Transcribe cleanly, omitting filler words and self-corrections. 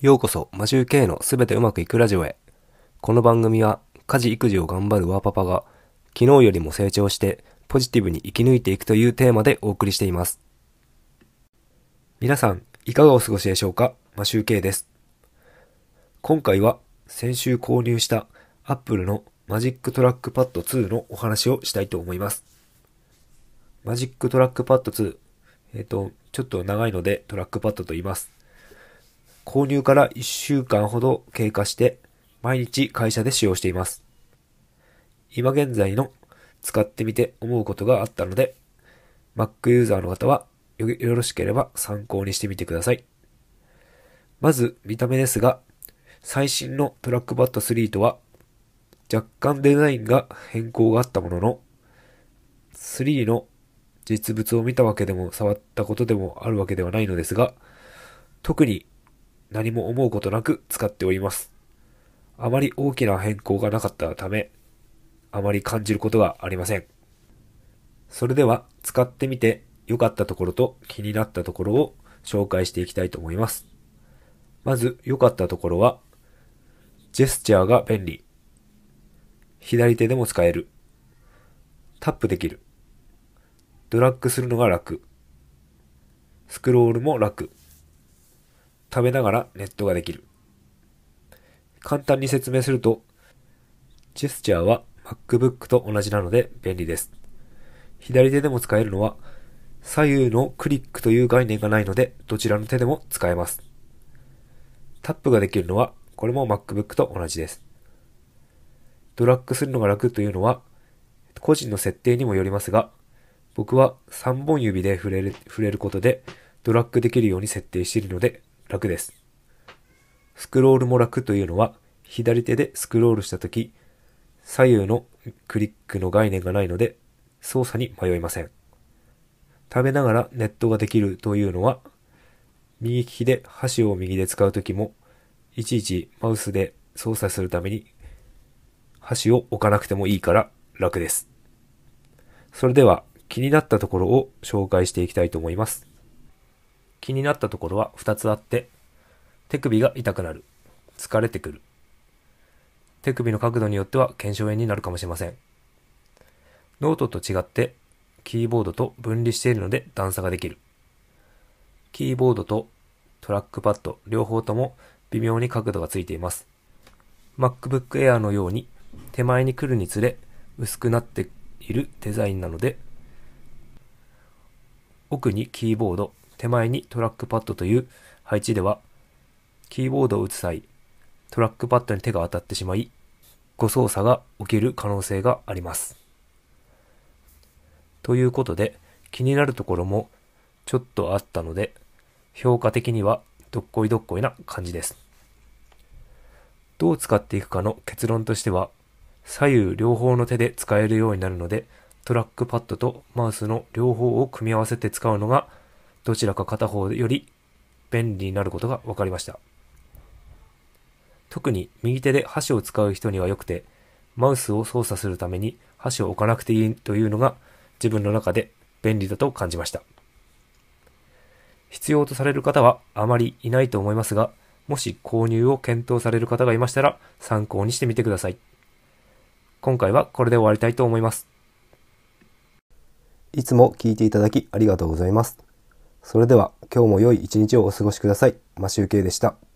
ようこそマシュー K のすべてうまくいくラジオへ。この番組は家事育児を頑張るワーパパが昨日よりも成長してポジティブに生き抜いていくというテーマでお送りしています。皆さんいかがお過ごしでしょうか。マシュー K です。今回は先週購入したアップルのマジックトラックパッド2のお話をしたいと思います。マジックトラックパッド2、ちょっと長いのでトラックパッドと言います。購入から1週間ほど経過して毎日会社で使用しています。今現在の使ってみて思うことがあったので Mac ユーザーの方はよろしければ参考にしてみてください。まず見た目ですが、最新のトラックパッド3とは若干デザインが変更があったものの、3の実物を見たわけでも触ったことでもあるわけではないのですが、特に何も思うことなく使っております。あまり大きな変更がなかったため、あまり感じることがありません。それでは使ってみて良かったところと気になったところを紹介していきたいと思います。まず良かったところは、ジェスチャーが便利。左手でも使える。タップできる。ドラッグするのが楽。スクロールも楽。食べながらネットができる。簡単に説明すると、ジェスチャーは MacBook と同じなので便利です。左手でも使えるのは、左右のクリックという概念がないので、どちらの手でも使えます。タップができるのは、これも MacBook と同じです。ドラッグするのが楽というのは、個人の設定にもよりますが、僕は3本指で触れることでドラッグできるように設定しているので楽です。スクロールも楽というのは、左手でスクロールしたとき、左右のクリックの概念がないので、操作に迷いません。食べながらネットができるというのは、右利きで箸を右で使うときも、いちいちマウスで操作するために、箸を置かなくてもいいから楽です。それでは気になったところを紹介していきたいと思います。気になったところは2つあって、手首が痛くなる、疲れてくる。手首の角度によっては腱鞘炎になるかもしれません。ノートと違ってキーボードと分離しているので段差ができる。キーボードとトラックパッド両方とも微妙に角度がついています。MacBook Air のように手前に来るにつれ薄くなっているデザインなので、奥にキーボード、手前にトラックパッドという配置では、キーボードを打つ際、トラックパッドに手が当たってしまい、誤操作が起きる可能性があります。ということで、気になるところもちょっとあったので、評価的にはどっこいどっこいな感じです。どう使っていくかの結論としては、左右両方の手で使えるようになるので、トラックパッドとマウスの両方を組み合わせて使うのが、どちらか片方より便利になることが分かりました。特に右手で箸を使う人には良くて、マウスを操作するために箸を置かなくていいというのが自分の中で便利だと感じました。必要とされる方はあまりいないと思いますが、もし購入を検討される方がいましたら参考にしてみてください。今回はこれで終わりたいと思います。いつも聞いていただきありがとうございます。それでは今日も良い一日をお過ごしください。マシュウケイでした。